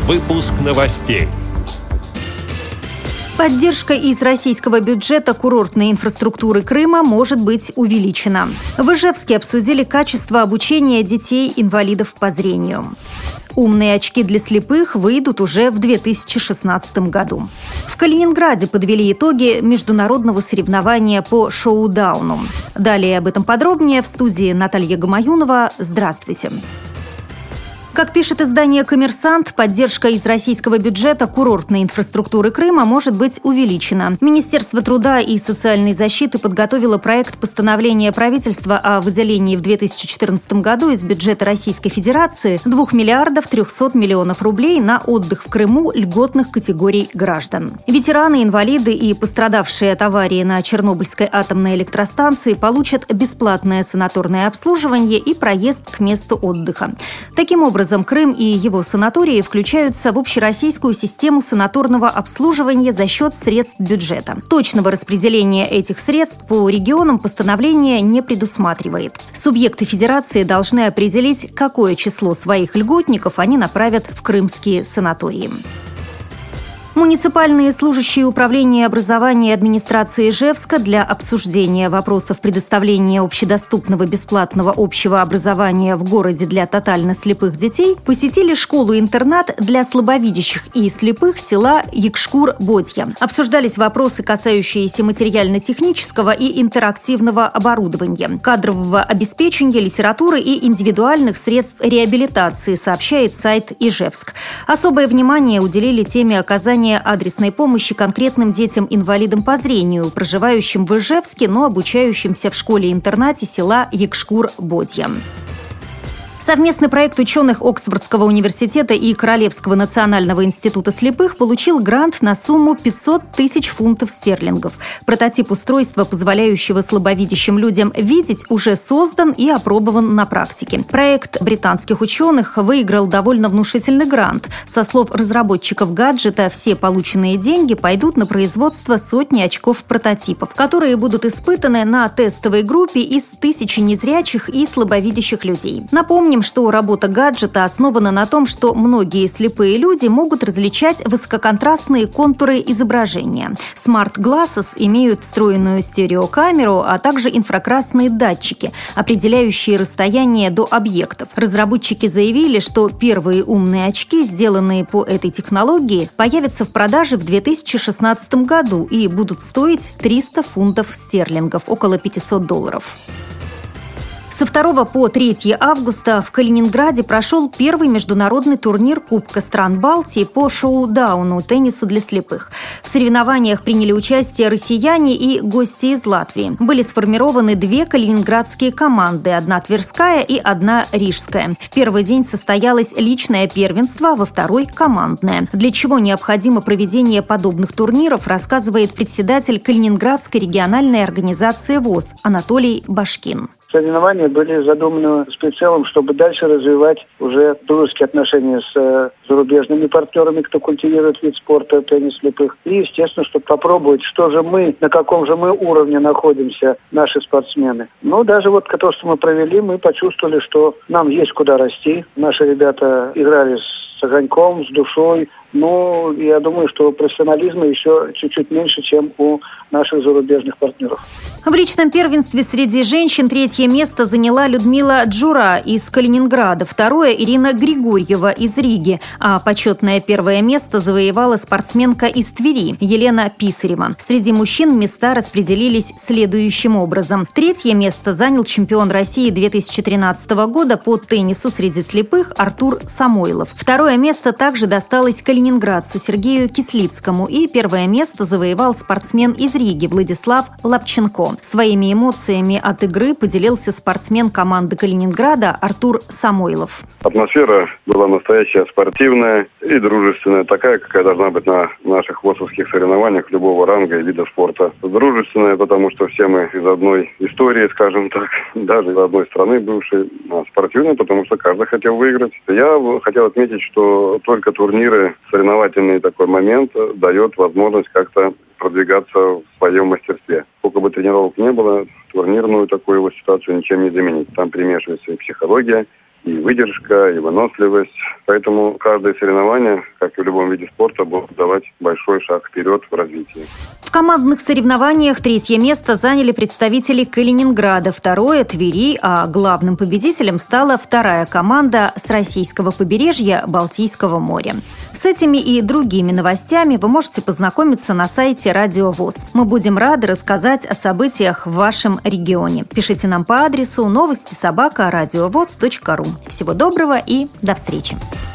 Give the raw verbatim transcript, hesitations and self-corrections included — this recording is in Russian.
Выпуск новостей. Поддержка из российского бюджета курортной инфраструктуры Крыма может быть увеличена. В Ижевске обсудили качество обучения детей-инвалидов по зрению. Умные очки для слепых выйдут уже в две тысячи шестнадцатом году. В Калининграде подвели итоги международного соревнования по шоу-дауну. Далее об этом подробнее в студии Наталья Гамаюнова. Здравствуйте. Как пишет издание «Коммерсант», поддержка из российского бюджета курортной инфраструктуры Крыма может быть увеличена. Министерство труда и социальной защиты подготовило проект постановления правительства о выделении в две тысячи четырнадцатом году из бюджета Российской Федерации двух миллиардов трехсот миллионов рублей на отдых в Крыму льготных категорий граждан. Ветераны, инвалиды и пострадавшие от аварии на Чернобыльской атомной электростанции получат бесплатное санаторное обслуживание и проезд к месту отдыха. Таким образом, Крым и его санатории включаются в общероссийскую систему санаторного обслуживания за счет средств бюджета. Точного распределения этих средств по регионам постановление не предусматривает. Субъекты федерации должны определить, какое число своих льготников они направят в крымские санатории. Муниципальные служащие управления образования и администрации Ижевска для обсуждения вопросов предоставления общедоступного бесплатного общего образования в городе для тотально слепых детей посетили школу-интернат для слабовидящих и слепых села Якшкур-Бодья. Обсуждались вопросы, касающиеся материально-технического и интерактивного оборудования, кадрового обеспечения, литературы и индивидуальных средств реабилитации, сообщает сайт Ижевск. Особое внимание уделили теме оказания адресной помощи конкретным детям-инвалидам по зрению, проживающим в Ижевске, но обучающимся в школе-интернате села Якшкур-Бодья. Совместный проект ученых Оксфордского университета и Королевского национального института слепых получил грант на сумму пятьсот тысяч фунтов стерлингов. Прототип устройства, позволяющего слабовидящим людям видеть, уже создан и опробован на практике. Проект британских ученых выиграл довольно внушительный грант. Со слов разработчиков гаджета, все полученные деньги пойдут на производство сотни очков прототипов, которые будут испытаны на тестовой группе из тысячи незрячих и слабовидящих людей. Напомню, что работа гаджета основана на том, что многие слепые люди могут различать высококонтрастные контуры изображения. Smart Glasses имеют встроенную стереокамеру, а также инфракрасные датчики, определяющие расстояние до объектов. Разработчики заявили, что первые умные очки, сделанные по этой технологии, появятся в продаже в две тысячи шестнадцатом году и будут стоить триста фунтов стерлингов, около пятьсот долларов. Со второго по третье августа в Калининграде прошел первый международный турнир Кубка стран Балтии по шоу-дауну, теннису для слепых. В соревнованиях приняли участие россияне и гости из Латвии. Были сформированы две калининградские команды, одна тверская и одна рижская. В первый день состоялось личное первенство, во второй – командное. Для чего необходимо проведение подобных турниров, рассказывает председатель Калининградской региональной организации ВОС Анатолий Башкин. Соревнования были задуманы с прицелом, чтобы дальше развивать уже дружеские отношения с э, зарубежными партнерами, кто культивирует вид спорта теннис слепых. И, естественно, чтобы попробовать, что же мы, на каком же мы уровне находимся, наши спортсмены. Ну, даже вот то, что мы провели, мы почувствовали, что нам есть куда расти. Наши ребята играли с огоньком, с душой. Ну, я думаю, что профессионализма еще чуть-чуть меньше, чем у наших зарубежных партнеров. В личном первенстве среди женщин третье место заняла Людмила Джура из Калининграда, второе – Ирина Григорьева из Риги, а почетное первое место завоевала спортсменка из Твери Елена Писарева. Среди мужчин места распределились следующим образом. Третье место занял чемпион России две тысячи тринадцатого года по теннису среди слепых Артур Самойлов. Второе место также досталось Калининграду калининградцу Сергею Кислицкому, и первое место завоевал спортсмен из Риги Владислав Лапченко. Своими эмоциями от игры поделился спортсмен команды Калининграда Артур Самойлов. Атмосфера была настоящая, спортивная и дружественная, такая, какая должна быть на наших ВОСовских соревнованиях любого ранга и вида спорта. Дружественная, потому что все мы из одной истории, скажем так, даже из одной страны бывшей. А спортивная, потому что каждый хотел выиграть. Я хотел отметить, что только турниры, соревновательный такой момент дает возможность как-то продвигаться в своем мастерстве. Сколько бы тренировок не было, турнирную такую вот ситуацию ничем не заменить. Там примешивается и психология, и выдержка, и выносливость. Поэтому каждое соревнование, как и в любом виде спорта, будет давать большой шаг вперед в развитии. В командных соревнованиях третье место заняли представители Калининграда, второе – Твери, а главным победителем стала вторая команда с российского побережья Балтийского моря. С этими и другими новостями вы можете познакомиться на сайте Радио ВОС. Мы будем рады рассказать о событиях в вашем регионе. Пишите нам по адресу новости собака радиовоз точка ру. Всего доброго и до встречи!